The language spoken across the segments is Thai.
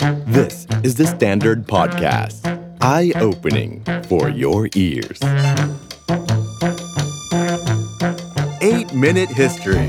This is the Standard Podcast. Eye-opening for your ears. 8-Minute History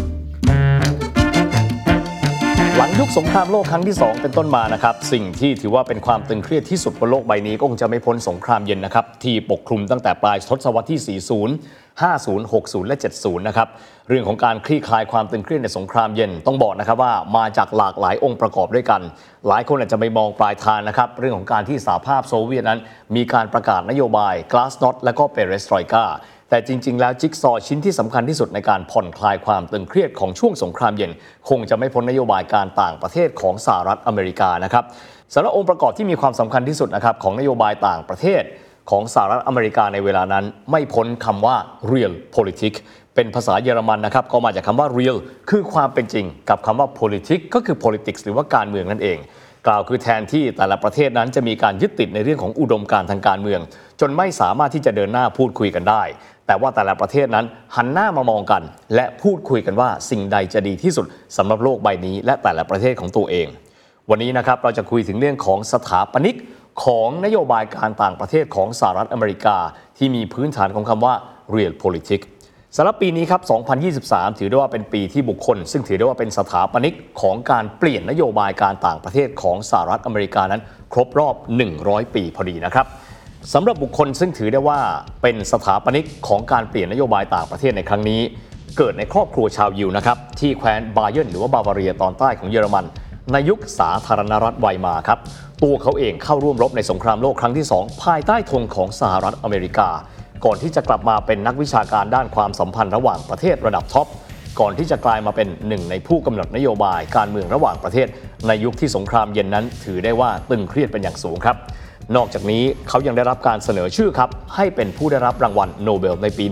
หลังยุคสงครามโลกครั้งที่2เป็นต้นมานะครับสิ่งที่ถือว่าเป็นความตึงเครียดที่สุดบนโลกใบนี้ก็คงจะไม่พ้นสงครามเย็นนะครับที่ปกคลุมตั้งแต่ปลายทศวรรษที่ 40 50 60 และ 70 นะครับเรื่องของการคลี่คลายความตึงเครียดในสงครามเย็นต้องบอกนะครับว่ามาจากหลากหลายองค์ประกอบด้วยกันหลายคนอาจจะไปมองปลายทางนะครับเรื่องของการที่สหภาพโซเวียตนั้นมีการประกาศนโยบาย Glasnost และก็เปเรสตรอยกาแต่จริงๆแล้วจิ๊กซอว์ชิ้นที่สำคัญที่สุดในการผ่อนคลายความตึงเครียดของช่วงสงครามเย็นคงจะไม่พ้นนโยบายการต่างประเทศของสหรัฐอเมริกานะครับสำหรับองค์ประกอบที่มีความสำคัญที่สุดนะครับของนโยบายต่างประเทศของสหรัฐอเมริกาในเวลานั้นไม่พ้นคำว่า realpolitik เป็นภาษาเยอรมันนะครับก็มาจากคำว่า real คือความเป็นจริงกับคำว่า politik ก็คือ politics หรือว่าการเมืองนั่นเองกล่าวคือแทนที่แต่ละประเทศนั้นจะมีการยึดติดในเรื่องของอุดมการณ์ทางการเมืองจนไม่สามารถที่จะเดินหน้าพูดคุยกันได้แต่ว่าแต่ละประเทศนั้นหันหน้ามามองกันและพูดคุยกันว่าสิ่งใดจะดีที่สุดสำหรับโลกใบนี้และแต่ละประเทศของตัวเองวันนี้นะครับเราจะคุยถึงเรื่องของสถาปนิกของนโยบายการต่างประเทศของสหรัฐอเมริกาที่มีพื้นฐานของคำว่า realpolitik สำหรับปีนี้ครับ 2023 ถือได้ว่าเป็นปีที่บุคคลซึ่งถือได้ว่าเป็นสถาปนิกของการเปลี่ยนนโยบายการต่างประเทศของสหรัฐอเมริกานั้นครบรอบ 100 ปีพอดีนะครับสำหรับบุคคลซึ่งถือได้ว่าเป็นสถาปนิกของการเปลี่ยนนโยบายต่างประเทศในครั้งนี้เกิดในครอบครัวชาวยิวนะครับที่แคว้นบาเยิร์นหรือว่าบาวาเรียตอนใต้ของเยอรมันในยุคสาธารณรัฐไวมาร์ครับตัวเขาเองเข้าร่วมรบในสงครามโลกครั้งที่2ภายใต้ธงของสหรัฐอเมริกาก่อนที่จะกลับมาเป็นนักวิชาการด้านความสัมพันธ์ระหว่างประเทศระดับท็อปก่อนที่จะกลายมาเป็นหนึ่งในผู้กำหนดนโยบายการเมืองระหว่างประเทศในยุคที่สงครามเย็นนั้นถือได้ว่าตึงเครียดเป็นอย่างสูงครับนอกจากนี้เขายังได้รับการเสนอชื่อครับให้เป็นผู้ได้รับรางวัลโนเบลในปี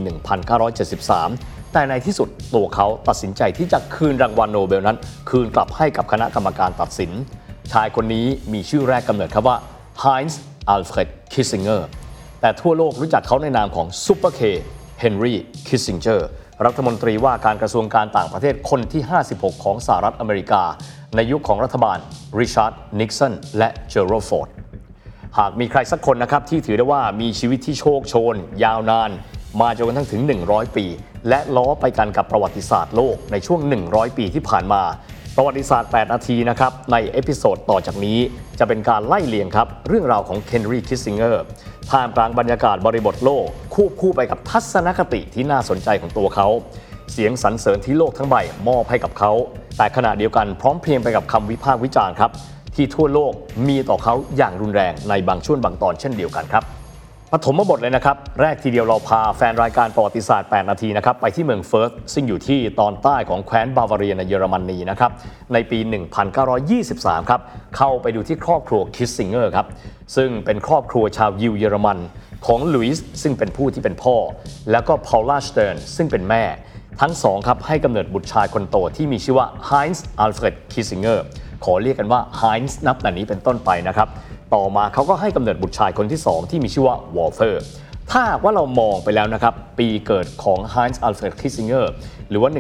1973 แต่ในที่สุดตัวเขาตัดสินใจที่จะคืนรางวัลโนเบลนั้นคืนกลับให้กับคณะกรรมการตัดสินชายคนนี้มีชื่อแรกกำเนิดครับว่า Heinz Alfred Kissinger แต่ทั่วโลกรู้จักเขาในนามของซูเปอร์เคเฮนรี่คิสซิงเจอร์รัฐมนตรีว่าการกระทรวงการต่างประเทศคนที่ 56 ของสหรัฐอเมริกาในยุคของรัฐบาลริชาร์ดนิกสันและเจอโรฟอร์ดหากมีใครสักคนนะครับที่ถือได้ว่ามีชีวิตที่โชคโชนยาวนานมาจนกระทั่งถึง100 ปีและล้อไปกันกับประวัติศาสตร์โลกในช่วง100 ปีที่ผ่านมาประวัติศาสตร์8นาทีนะครับในเอพิโซดต่อจากนี้จะเป็นการไล่เลียงครับเรื่องราวของเฮนรี่คิสซิงเกอร์ท่ามกลางบรรยากาศบริบทโลกควบคู่ไปกับทัศนคติที่น่าสนใจของตัวเขาเสียงสรรเสริญที่โลกทั้งใบมอบให้กับเขาแต่ขณะเดียวกันพร้อมเพรียงไปกับคำวิพากษ์วิจารณ์ครับที่ทั่วโลกมีต่อเขาอย่างรุนแรงในบางช่วงบางตอนเช่นเดียวกันครับปฐมบทเลยนะครับแรกทีเดียวเราพาแฟนรายการประวัติศาสตร์8นาทีนะครับไปที่เมืองเฟิร์สซึ่งอยู่ที่ตอนใต้ของแคว้นบาวาเรียในเยอรมนีนะครับในปี 1923 ครับเข้าไปดูที่ครอบครัวคิสซิงเกอร์ครับซึ่งเป็นครอบครัวชาวยิวเยอรมันของลุยส์ซึ่งเป็นผู้ที่เป็นพ่อแล้วก็พอลล่าสเติร์นซึ่งเป็นแม่ทั้งสองครับให้กำเนิดบุตรชายคนโตที่มีชื่อว่าไฮน์ซ์อัลเฟรดคิสซิงเกอร์ขอเรียกกันว่าไฮน์ซ์นับแต่นี้เป็นต้นไปนะครับต่อมาเขาก็ให้กำเนิดบุตรชายคนที่2ที่มีชื่อว่าวอลเทอร์ถ้าว่าเรามองไปแล้วนะครับปีเกิดของไฮน์ซ์อัลเฟรดคิสซิงเกอร์หรือว่า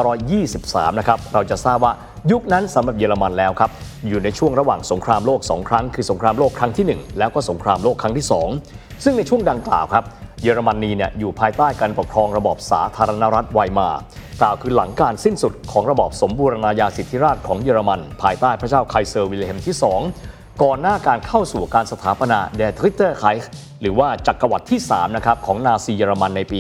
1923 นะครับเราจะทราบว่ายุคนั้นสำหรับเยอรมันแล้วครับอยู่ในช่วงระหว่างสงครามโลก2ครั้งคือสงครามโลกครั้งที่1แล้วก็สงครามโลกครั้งที่2ซึ่งในช่วงดังกล่าวครับเยอรมนีเนี่ยอยู่ภายใต้การปกครองระบอบสาธารณรัฐไวมาร์กล่าวคือหลังการสิ้นสุดของระบอบสมบูรณาญาสิทธิราชย์ของเยอรมันภายใต้พระเจ้าไคเซอร์วิลเฮมที่2ก่อนหน้าการเข้าสู่การสถาปนาเดทริตเตอร์ไคห์หรือว่าจักรวรรดิที่3นะครับของนาซีเยอรมันในปี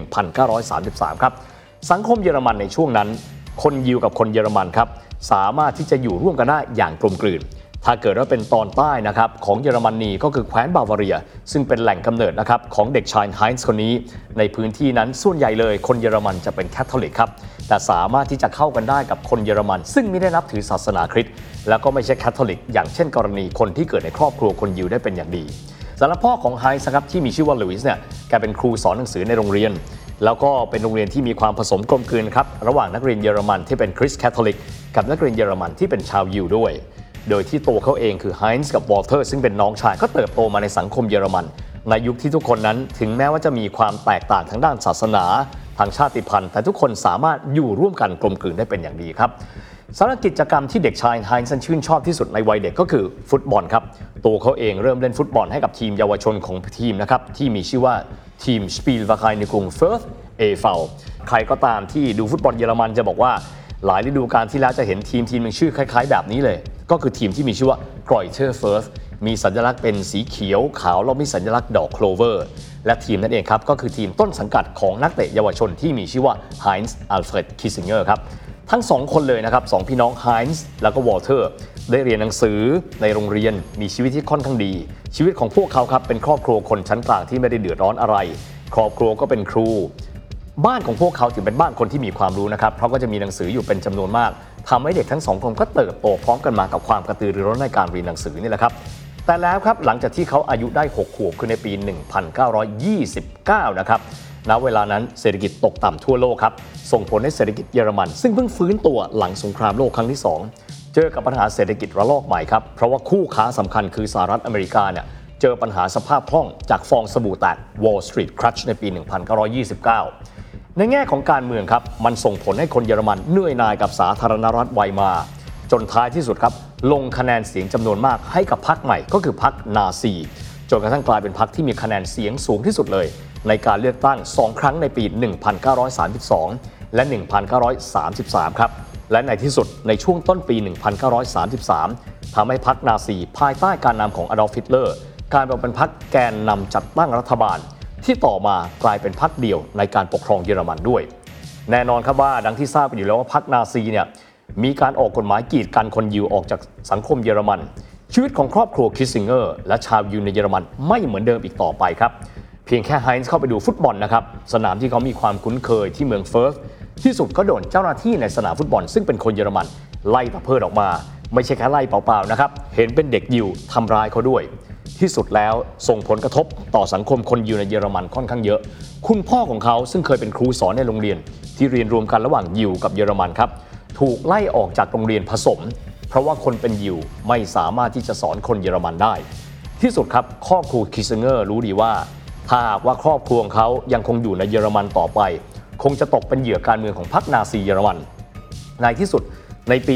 1933 ครับสังคมเยอรมันในช่วงนั้นคนยิวกับคนเยอรมันครับสามารถที่จะอยู่ร่วมกันได้อย่างกลมกลืนถ้าเกิดว่าเป็นตอนใต้นะครับของเยอรมนีก็คือแคว้นบาวาเรียซึ่งเป็นแหล่งกำเนิดนะครับของเด็กชายไฮน์ซ์คนนี้ในพื้นที่นั้นส่วนใหญ่เลยคนเยอรมันจะเป็นแคทอลิกครับแต่สามารถที่จะเข้ากันได้กับคนเยอรมันซึ่งไม่ได้นับถือศาสนาคริสต์แล้วก็ไม่ใช่แคทอลิกอย่างเช่นกรณีคนที่เกิดในครอบครัวคนยิวได้เป็นอย่างดีสำหรับพ่อของไฮน์ซ์ครับที่มีชื่อว่าลุยส์เนี่ยแกเป็นครูสอนหนังสือในโรงเรียนแล้วก็เป็นโรงเรียนที่มีความผสมกลมกลืนครับระหว่างนักเรียนเยอรมันที่เป็นคริสต์แคทอลิกกับนักเรียนเยอรมันที่เป็นชาวยิวด้วยโดยที่ตัวเขาเองคือไฮน์ซ์กับวอลเทอร์ซึ่งเป็นน้องชายก็เติบโตมาในสังคมเยอรมันในยุคที่ทุกคนนั้นถึงแม้ว่าจะมีความแตกต่างทางด้านศาสนาทางชาติพันธุ์แต่ทุกคนสามารถอยู่ร่วมกันกลมกลืนได้เป็นอย่างดีครับสำหรับกิจกรรมที่เด็กชายไฮน์ชื่นชอบที่สุดในวัยเด็กก็คือฟุตบอลครับตัวเขาเองเริ่มเล่นฟุตบอลให้กับทีมเยาวชนของทีมนะครับที่มีชื่อว่าทีม Spielvereinigung Fürth e.V. ใครก็ตามที่ดูฟุตบอลเยอรมันจะบอกว่าหลายฤดูกาลที่แล้วจะเห็นทีมนึงชื่อคล้ายๆแบบนี้เลยก็คือทีมที่มีชื่อว่า Greuther Fürth มีสัญลักษณ์เป็นสีเขียวขาวแล้วมีสัญลักษณ์ดอกโคลเวอร์และทีมนั่นเองครับก็คือทีมต้นสังกัดของนักเตะเยาวชนที่มีชื่อว่า Heinz Alfred Kiesinger ครับทั้งสองคนเลยนะครับสองพี่น้อง Heinz แล้วก็ Walter ได้เรียนหนังสือในโรงเรียนมีชีวิตที่ค่อนข้างดีชีวิตของพวกเขาครับเป็นครอบครัวคนชั้นกลางที่ไม่ได้เดือดร้อนอะไรครอบครัวก็เป็นครูบ้านของพวกเขาถือเป็นบ้านคนที่มีความรู้นะครับเพราะก็จะมีหนังสืออยู่เป็นจำนวนมากทำให้เด็กทั้งสองคนก็เติบโตพร้อมกันมากับความกระตือรือร้นในการเรียนหนังสือนี่แหละครับแต่แล้วครับหลังจากที่เขาอายุได้6 ขวบคือในปี 1929 นะครับณเวลานั้นเศรษฐกิจตกต่ำทั่วโลกครับส่งผลให้เศรษฐกิจเยอรมันซึ่งเพิ่งฟื้นตัวหลังสงครามโลกครั้งที่2เจอกับปัญหาเศรษฐกิจระลอกใหม่ครับเพราะว่าคู่ค้าสำคัญคือสหรัฐอเมริกาเนี่ยเจอปัญหาสภาพคล่องจากฟองสบู่แตก Wall Street Crash ในปี 1929 ในแง่ของการเมืองครับมันส่งผลให้คนเยอรมันเหนื่อยหน่ายกับสาธารณรัฐไวมาจนท้ายที่สุดครับลงคะแนนเสียงจำนวนมากให้กับพรรคใหม่ก็คือพรรคนาซีจนกระทั่งกลายเป็นพรรคที่มีคะแนนเสียงสูงที่สุดเลยในการเลือกตั้ง2 ครั้งในปี 1932 และ 1933 ครับและในที่สุดในช่วงต้นปี 1933 ทำให้พรรคนาซีภายใต้การนำของอดอล์ฟ ฮิตเลอร์กลายเป็นพรรคแกนนำจัดตั้งรัฐบาลที่ต่อมากลายเป็นพรรคเดียวในการปกครองเยอรมันด้วยแน่นอนครับว่าดังที่ทราบกันอยู่แล้วว่าพรรคนาซีเนี่ยมีการออกกฎหมายกีดกันคนยิวออกจากสังคมเยอรมันชีวิตของครอบครัวคิสซิงเกอร์และชาวยิวในเยอรมันไม่เหมือนเดิมอีกต่อไปครับเพียงแค่ไฮน์เข้าไปดูฟุตบอลนะครับสนามที่เขามีความคุ้นเคยที่เมืองเฟิร์สที่สุดก็โดนเจ้าหน้าที่ในสนามฟุตบอลซึ่งเป็นคนเยอรมันไล่ตะเพิดออกมาไม่ใช่แค่ไล่เปล่าๆนะครับเห็นเป็นเด็กยิวทำร้ายเขาด้วยที่สุดแล้วส่งผลกระทบต่อสังคมคนยิวในเยอรมันค่อนข้างเยอะคุณพ่อของเขาซึ่งเคยเป็นครูสอนในโรงเรียนที่เรียนรวมกันระหว่างยิวกับเยอรมันครับถูกไล่ออกจากโรงเรียนผสมเพราะว่าคนเป็นยิวไม่สามารถที่จะสอนคนเยอรมันได้ที่สุดครับครอบครัวคิสซิงเกอร์รู้ดีว่าถ้าหากว่าครอบครัวของเขายังคงอยู่ในเยอรมันต่อไปคงจะตกเป็นเหยื่อการเมืองของพรรคนาซีเยอรมันในที่สุดในปี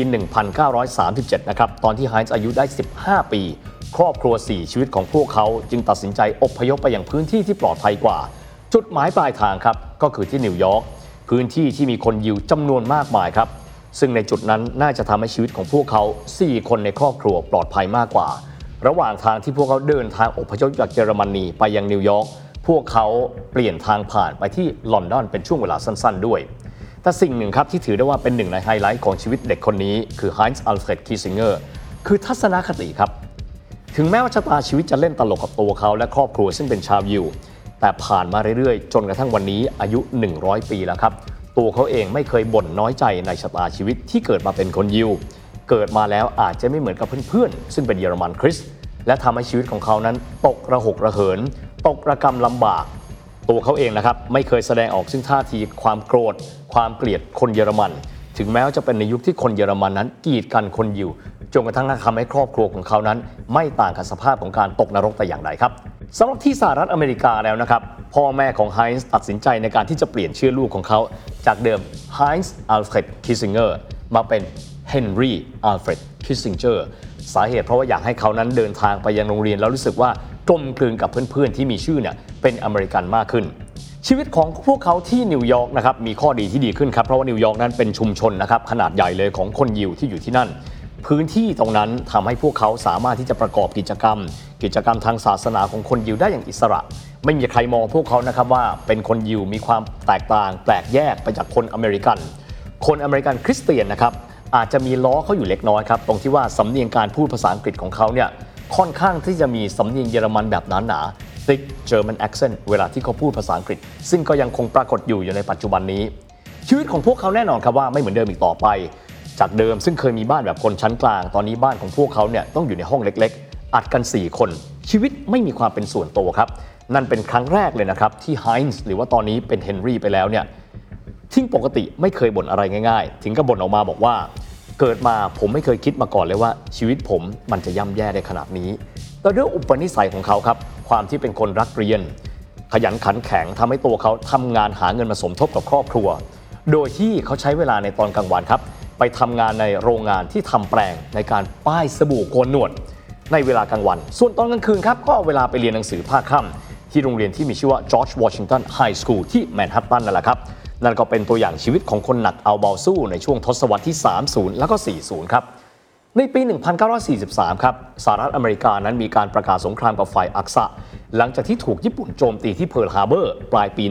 1937 นะครับตอนที่ไฮน์อายุได้15 ปีครอบครัว4ชีวิตของพวกเขาจึงตัดสินใจอพยพไปยังพื้นที่ที่ปลอดภัยกว่าจุดหมายปลายทางครับก็คือที่นิวยอร์กพื้นที่ที่มีคนยิวจำนวนมากมายครับซึ่งในจุดนั้นน่าจะทำให้ชีวิตของพวกเขา4 คนในครอบครัวปลอดภัยมากกว่าระหว่างทางที่พวกเขาเดินทางอพยพจากเยอรมนีไปยังนิวยอร์กพวกเขาเปลี่ยนทางผ่านไปที่ลอนดอนเป็นช่วงเวลาสั้นๆด้วยแต่สิ่งหนึ่งครับที่ถือได้ว่าเป็นหนึ่งในไฮไลท์ของชีวิตเด็กคนนี้คือไฮน์อัลเฟรด คิสซิงเกอร์คือทัศนคติครับถึงแม้ว่าชะตาชีวิตจะเล่นตลกกับตัวเขาและครอบครัวซึ่งเป็นชาวยิวแต่ผ่านมาเรื่อยๆจนกระทั่งวันนี้อายุ100 ปีแล้วครับตัวเขาเองไม่เคยบ่นน้อยใจในชะตาชีวิตที่เกิดมาเป็นคนยิวเกิดมาแล้วอาจจะไม่เหมือนกับเพื่อนๆซึ่งเป็นเยอรมันคริสต์และทำให้ชีวิตของเขานั้นตกระหกระเหินตกระกำลำบากตัวเขาเองนะครับไม่เคยแสดงออกซึ่งท่าทีความโกรธความเกลียดคนเยอรมันถึงแม้ว่าจะเป็นในยุคที่คนเยอรมันนั้นกีดกันคนยิวจนกระทั่งทำให้ครอบครัวของเขานั้นไม่ต่างกับสภาพของการตกนรกแต่อย่างใดครับสำหรับที่สหรัฐอเมริกาแล้วนะครับพ่อแม่ของไฮน์ตัดสินใจในการที่จะเปลี่ยนชื่อลูกของเขาจากเดิมไฮน์อัลเฟรด คิสซิงเกอร์มาเป็นเฮนรี่อัลเฟรด คิสซิงเกอร์สาเหตุเพราะว่าอยากให้เขานั้นเดินทางไปยังโรงเรียนแล้วรู้สึกว่ากลมกลืนกับเพื่อนๆที่มีชื่อเนี่ยเป็นอเมริกันมากขึ้นชีวิตของพวกเขาที่นิวยอร์กนะครับมีข้อดีที่ดีขึ้นครับเพราะว่านิวยอร์กนั้นเป็นชุมชนนะครับขนาดใหญ่เลยของคนยิวที่อยู่ที่นั่นพื้นที่ตรงนั้นทำให้พวกเขาสามารถที่จะประกอบกิจกรรมทางศาสนาของคนยิวได้อย่างอิสระไม่มีใครมองพวกเขานะครับว่าเป็นคนยิวมีความแตกต่างแปลกแยกไปจากคนอเมริกันคริสเตียนนะครับอาจจะมีล้อเขาอยู่เล็กน้อยครับตรงที่ว่าสำเนียงการพูดภาษาอังกฤษของเขาเนี่ยค่อนข้างที่จะมีสำเนียงเยอรมันแบบหนา thick German accent เวลาที่เขาพูดภาษาอังกฤษซึ่งก็ยังคงปรากฏอยู่ในปัจจุบันนี้ชีวิตของพวกเขาแน่นอนครับว่าไม่เหมือนเดิมอีกต่อไปจากเดิมซึ่งเคยมีบ้านแบบคนชั้นกลางตอนนี้บ้านของพวกเขาเนี่ยต้องอยู่ในห้องเล็กๆอัดกัน4 คนชีวิตไม่มีความเป็นส่วนตัวครับนั่นเป็นครั้งแรกเลยนะครับที่ไฮน์หรือว่าตอนนี้เป็นเฮนรี่ไปแล้วเนี่ยที่ปกติไม่เคยบ่นอะไรง่ายๆถึงกับบ่นออกมาบอกว่าเกิดมาผมไม่เคยคิดมาก่อนเลยว่าชีวิตผมมันจะย่ำแย่ได้ขนาดนี้แต่ด้วยอุปนิสัยของเขาครับความที่เป็นคนรักเรียนขยันขันแข็งทำให้ตัวเขาทำงานหาเงินมาสมทบกับครอบครัวโดยที่เขาใช้เวลาในตอนกลางวันครับไปทำงานในโรงงานที่ทำแปลงในการป้ายสบู่โกนหนวดในเวลากลางวันส่วนตอนกลางคืนครับก็เอาเวลาไปเรียนหนังสือภาคค่ำที่โรงเรียนที่มีชื่อว่า George Washington High School ที่แมนฮัตตันนั่นแหละครับนั่นก็เป็นตัวอย่างชีวิตของคนหนักเอาเบาสู้ในช่วงทศวรรษที่ 30 แล้วก็ 40 ครับในปี 1943 ครับสหรัฐอเมริกานั้นมีการประกาศสงครามกับฝ่ายอักษะหลังจากที่ถูกญี่ปุ่นโจมตีที่เพิร์ลฮาร์เบอร์ปลายปี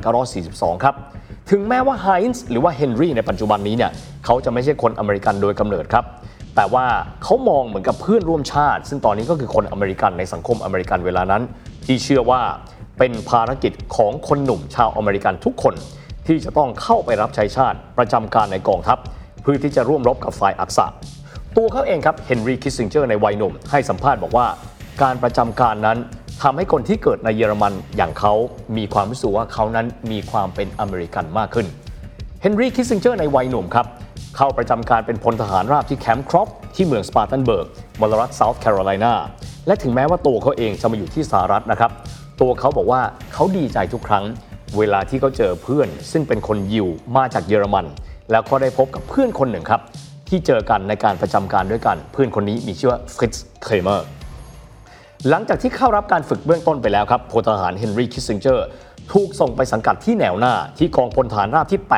1942 ครับถึงแม้ว่าไฮน์หรือว่าเฮนรี่ในปัจจุบันนี้เนี่ยเขาจะไม่ใช่คนอเมริกันโดยกำเนิดครับแต่ว่าเขามองเหมือนกับเพื่อนร่วมชาติซึ่งตอนนี้ก็คือคนอเมริกันในสังคมอเมริกันเวลานั้นที่เชื่อว่าเป็นภารกิจของคนหนุ่มชาวอเมริกันทุกคนที่จะต้องเข้าไปรับใช้ชาติประจำการในกองทัพเพื่อที่จะร่วมรบกับฝ่ายอักษะตัวเขาเองครับเฮนรี่คิสซิงเจอร์ในวัยหนุ่มให้สัมภาษณ์บอกว่าการประจำการนั้นทำให้คนที่เกิดในเยอรมันอย่างเขามีความรู้สึกว่าเขานั้นมีความเป็นอเมริกันมากขึ้นเฮนรี่คิสซิงเจอร์ในวัยหนุ่มครับเข้าประจำการเป็นพลทหารราบที่แคมป์ครอปที่เมืองสปาร์ตันเบิร์กมลรัฐเซาท์แคโรไลนาและถึงแม้ว่าตัวเขาเองจะมาอยู่ที่สหรัฐนะครับตัวเขาบอกว่าเขาดีใจทุกครั้งเวลาที่เขาเจอเพื่อนซึ่งเป็นคนยิวมาจากเยอรมันแล้วก็ได้พบกับเพื่อนคนหนึ่งครับที่เจอกันในการประจำการด้วยกันเพื่อนคนนี้มีชื่อว่าฟริตซ์เครเมอร์หลังจากที่เข้ารับการฝึกเบื้องต้นไปแล้วครับพลทหารเฮนรี่คิสซิงเจอร์ถูกส่งไปสังกัดที่แนวหน้าที่กองพลทหารราบที่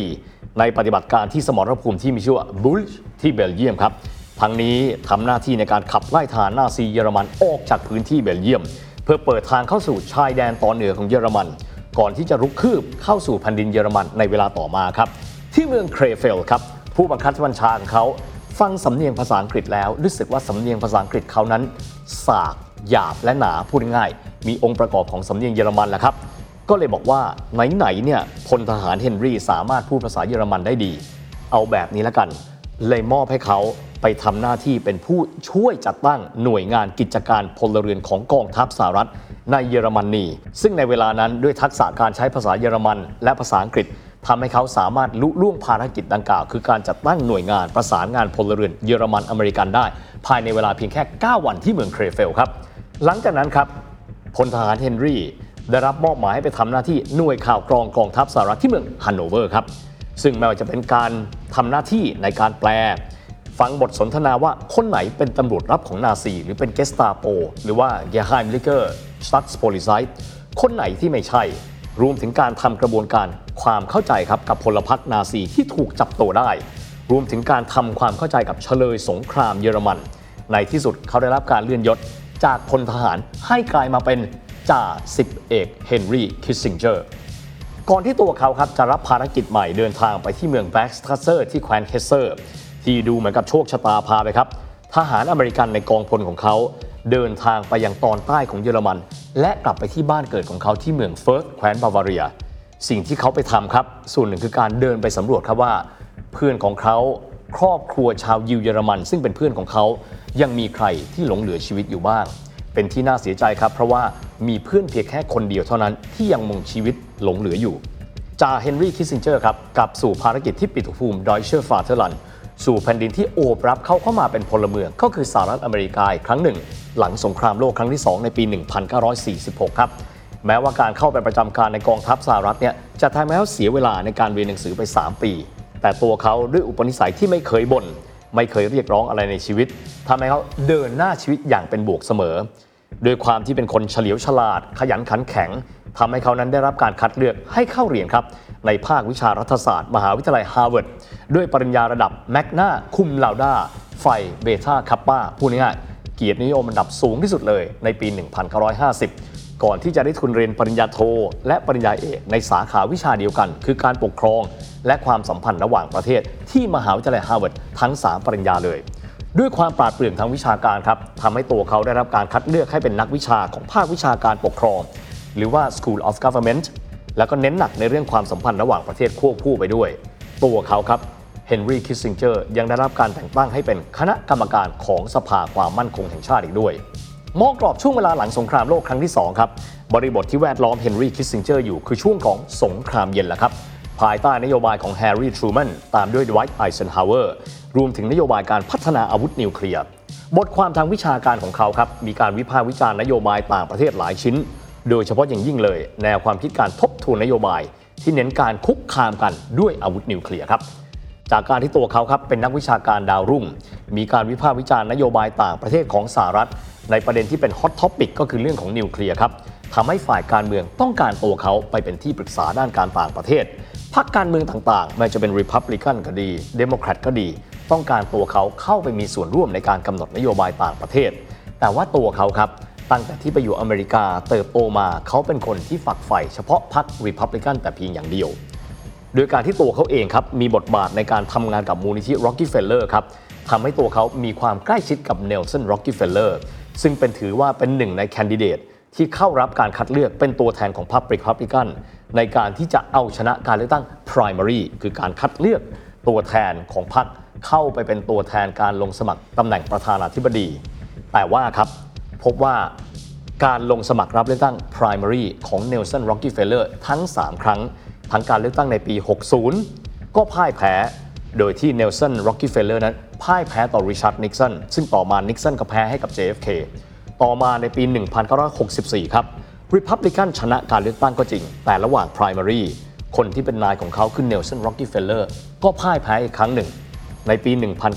84ในปฏิบัติการที่สมรภูมิที่มีชื่อว่าบุลช์ที่เบลเยียมครับทั้งนี้ทำหน้าที่ในการขับไล่ทหารนาซีเยอรมันออกจากพื้นที่เบลเยียมเพื่อเปิดทางเข้าสู่ชายแดนตอนเหนือของเยอรมันก่อนที่จะรุกคืบเข้าสู่แผ่นดินเยอรมันในเวลาต่อมาครับที่เมืองเครเฟลครับผู้บังคับบัญชาของเขาฟังสำเนียงภาษาอังกฤษแล้วรู้สึกว่าสำเนียงภาษาอังกฤษเขานั้นสากหยาบและหนาพูดง่ายมีองค์ประกอบของสำเนียงเยอรมันแหละครับก็เลยบอกว่าไหนเนี่ยพลทหารเฮนรี่สามารถพูดภาษาเยอรมันได้ดีเอาแบบนี้ละกันเลยมอบให้เขาไปทำหน้าที่เป็นผู้ช่วยจัดตั้งหน่วยงานกิจการพลเรือนของกองทัพสหรัฐในเยอรมนีซึ่งในเวลานั้นด้วยทักษะการใช้ภาษาเยอรมันและภาษาอังกฤษทำให้เขาสามารถลุล่วงภารกิจดังกล่าวคือการจัดตั้งหน่วยงานประสานงานพลเรือนเยอรมันอเมริกันได้ภายในเวลาเพียงแค่ 9 วันที่เมืองเครเฟลครับหลังจากนั้นครับพลทหารเฮนรี่ได้รับมอบหมายให้ไปทำหน้าที่หน่วยข่าวกรองกองทัพสหรัฐที่เมืองฮันโนเวอร์ครับซึ่งไม่ว่าจะเป็นการทำหน้าที่ในการแปลฟังบทสนทนาว่าคนไหนเป็นตำรวจลับของนาซีหรือเป็นเกสตาโปหรือว่าเกฮาอิมลิเกอร์สตัตส์โพลิไซต์คนไหนที่ไม่ใช่รวมถึงการทำกระบวนการความเข้าใจครับกับพลพรรคนาซีที่ถูกจับตัวได้รวมถึงการทำความเข้าใจกับเฉลยสงครามเยอรมันในที่สุดเขาได้รับการเลื่อนยศจากพลทหารให้กลายมาเป็นจ่าสิบเอกเฮนรี่คิสซิงเจอร์ก่อนที่ตัวเขาครับจะรับภารกิจใหม่เดินทางไปที่เมืองแบ็กสทัสเซอร์ที่แคว้นเฮสเซอร์ที่ดูเหมือนกับโชคชะตาพาไปครับทหารอเมริกันในกองพลของเขาเดินทางไปยังตอนใต้ของเยอรมันและกลับไปที่บ้านเกิดของเขาที่เมืองเฟิร์สแคว้นบาวาเรียสิ่งที่เขาไปทำครับส่วนหนึ่งคือการเดินไปสำรวจครับว่าเพื่อนของเขาครอบครัวชาวยิวเยอรมันซึ่งเป็นเพื่อนของเขายังมีใครที่หลงเหลือชีวิตอยู่บ้างเป็นที่น่าเสียใจครับเพราะว่ามีเพื่อนเพียงแค่คนเดียวเท่านั้นที่ยังมงชีวิตหลงเหลืออยู่จ่าเฮนรี่คิสซิงเจอร์ครับกลับสู่ภารกิจที่ปิตุภูมิดอยเชอร์ฟาเธอร์แลนด์สู่แผ่นดินที่โอบรับเข้ามาเป็นพลเมืองก็คือสหรัฐอเมริกาครั้งหนึ่งหลังสงครามโลกครั้งที่2ในปี 1946 ครับแม้ว่าการเข้าไปประจำการในกองทัพสหรัฐเนี่ยจะทำให้เขาเสียเวลาในการเรียนหนังสือไป3 ปีแต่ตัวเขาด้วยอุปนิสัยที่ไม่เคยบ่นไม่เคยเรียกร้องอะไรในชีวิตทำให้เขาเดินหน้าชีวิตอย่างเป็นบวกเสมอโดยความที่เป็นคนเฉลียวฉลาดขยันขันแข็งทำให้เขานั้นได้รับการคัดเลือกให้เข้าเรียนครับในภาควิชารัฐศาสตร์มหาวิทยาลัยฮาร์วาร์ดด้วยปริญญาระดับแมกนาคุมลาวดาไฟเบต้าคัปปาพูดง่ายๆเกียรตินิยมอันดับสูงที่สุดเลยในปี 1950 ก่อนที่จะได้ทุนเรียนปริญญาโทและปริญญาเอกในสาขาวิชาเดียวกันคือการปกครองและความสัมพันธ์ระหว่างประเทศที่มหาวิทยาลัยฮาร์วาร์ดทั้ง3ปริญญาเลยด้วยความปราดเปรื่องทางวิชาการครับทำให้ตัวเขาได้รับการคัดเลือกให้เป็นนักวิชาของภาควิชาการปกครองหรือว่า School of Government แล้วก็เน้นหนักในเรื่องความสัมพันธ์ระหว่างประเทศควบคู่ไปด้วยตัวเขาครับเฮนรี่คิสซิงเจอร์ยังได้รับการแต่งตั้งให้เป็นคณะกรรมการของสภาความมั่นคงแห่งชาติอีกด้วยมองกรอบช่วงเวลาหลังสงครามโลกครั้งที่2ครับบริบทที่แวดล้อมเฮนรี่คิสซิงเจอร์อยู่คือช่วงของสงครามเย็นแหละครับภายใต้นโยบายของแฮร์รี่ทรูแมนตามด้วยดไวท์ไอเซนฮาวเวอร์รวมถึงนโยบายการพัฒนาอาวุธนิวเคลียร์บทความทางวิชาการของเขาครับมีการวิพากษ์วิจารณ์นโยบายต่างประเทศหลายชิ้นโดยเฉพาะอย่างยิ่งเลยแนวความคิดการทบทวนนโยบายที่เน้นการคุกคามกันด้วยอาวุธนิวเคลียร์ครับจากการที่ตัวเขาครับเป็นนักวิชาการดาวรุ่งมีการวิพากษ์วิจารณ์นโยบายต่างประเทศของสหรัฐในประเด็นที่เป็นฮอตท็อปิกก็คือเรื่องของนิวเคลียร์ครับทำให้ฝ่ายการเมืองต้องการตัวเขาไปเป็นที่ปรึกษาด้านการต่างประเทศพรรคการเมืองต่างๆไม่ว่าจะเป็น Republican ก็ดี Democrat ก็ดีต้องการตัวเขาเข้าไปมีส่วนร่วมในการกำหนดนโยบายต่างประเทศแต่ว่าตัวเขาครับตั้งแต่ที่ไปอยู่อเมริกาเติบโตมาเขาเป็นคนที่ฝักใฝ่เฉพาะพรรค Republican แต่เพียงอย่างเดียวโดยการที่ตัวเขาเองครับมีบทบาทในการทำงานกับมูลนิธิ Rockefeller ครับทำให้ตัวเขามีความใกล้ชิดกับ Nelson Rockefeller ซึ่งถือว่าเป็นหนึ่งในแคนดิเดตที่เข้ารับการคัดเลือกเป็นตัวแทนของพรรค Republican ในการที่จะเอาชนะการเลือกตั้ง primary คือการคัดเลือกตัวแทนของพรรคเข้าไปเป็นตัวแทนการลงสมัครตำแหน่งประธานาธิบดีแต่ว่าครับพบว่าการลงสมัครรับเลือกตั้ง primary ของ Nelson Rockefeller ทั้ง3ครั้งทั้งการเลือกตั้งในปี 60 ก็พ่ายแพ้โดยที่ Nelson Rockefeller นั้นพ่ายแพ้ต่อ Richard Nixon ซึ่งต่อมา Nixon ก็แพ้ให้กับ JFK ต่อมาในปี 1964 ครับ Republican ชนะการเลือกตั้งก็จริงแต่ระหว่าง primary คนที่เป็นนายของเขาคือ Nelson Rockefeller ก็พ่ายแพ้อีกครั้งหนึ่งในปี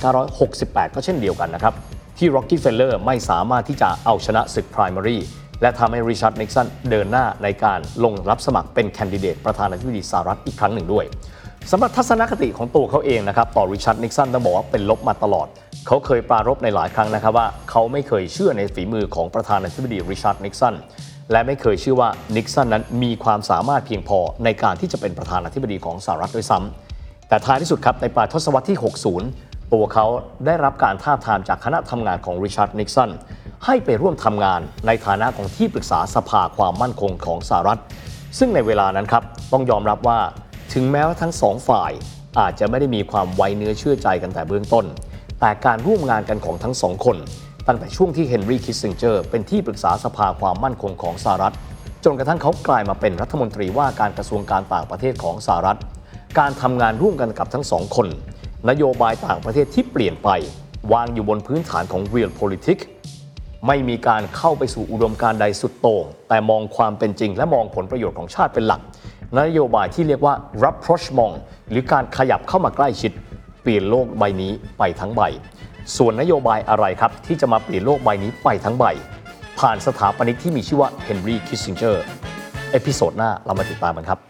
1968 ก็เช่นเดียวกันนะครับที่ Rockefeller ไม่สามารถที่จะเอาชนะศึก primary และทำให้ Richard Nixon เดินหน้าในการลงรับสมัครเป็นแคนดิเดตประธานาธิบดีสหรัฐอีกครั้งหนึ่งด้วยสำหรับทัศนคติของตัวเขาเองนะครับต่อ Richard Nixon ต้องบอกว่าเป็นลบมาตลอดเขาเคยปรารภในหลายครั้งนะครับว่าเขาไม่เคยเชื่อในฝีมือของประธานาธิบดี Richard Nixon และไม่เคยเชื่อว่า Nixon นั้นมีความสามารถเพียงพอในการที่จะเป็นประธานาธิบดีของสหรัฐด้วยซ้ำแต่ท้ายที่สุดครับในปลายทศวรรษที่ 60 ตัวเขาได้รับการทาบทามจากคณะทำงานของ Richard Nixon ให้ไปร่วมทำงานในฐานะของที่ปรึกษาสภาความมั่นคงของสหรัฐซึ่งในเวลานั้นครับต้องยอมรับว่าถึงแม้ว่าทั้งสองฝ่ายอาจจะไม่ได้มีความไว้เนื้อเชื่อใจกันแต่เบื้องต้นแต่การร่วมงานกันของทั้งสองคนตั้งแต่ช่วงที่เฮนรี่คิสซิงเจอร์เป็นที่ปรึกษาสภาความมั่นคงของสหรัฐจนกระทั่งเขากลายมาเป็นรัฐมนตรีว่าการกระทรวงการต่างประเทศของสหรัฐการทำงานร่วมกันกับทั้งสองคนนโยบายต่างประเทศที่เปลี่ยนไปวางอยู่บนพื้นฐานของ Realpolitik ไม่มีการเข้าไปสู่อุดมการณ์ใดสุดโต่งแต่มองความเป็นจริงและมองผลประโยชน์ของชาติเป็นหลักนโยบายที่เรียกว่า rapprochement หรือการขยับเข้ามาใกล้ชิดเปลี่ยนโลกใบนี้ไปทั้งใบส่วนนโยบายอะไรครับที่จะมาเปลี่ยนโลกใบนี้ไปทั้งใบผ่านสถาปนิกที่มีชื่อว่าเฮนรี่คิสซิงเจอร์เอพิโซดหน้าเรามาติดตามกันครับ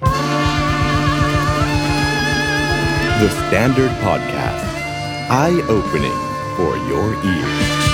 The Standard Podcast Eye Opening for Your Ears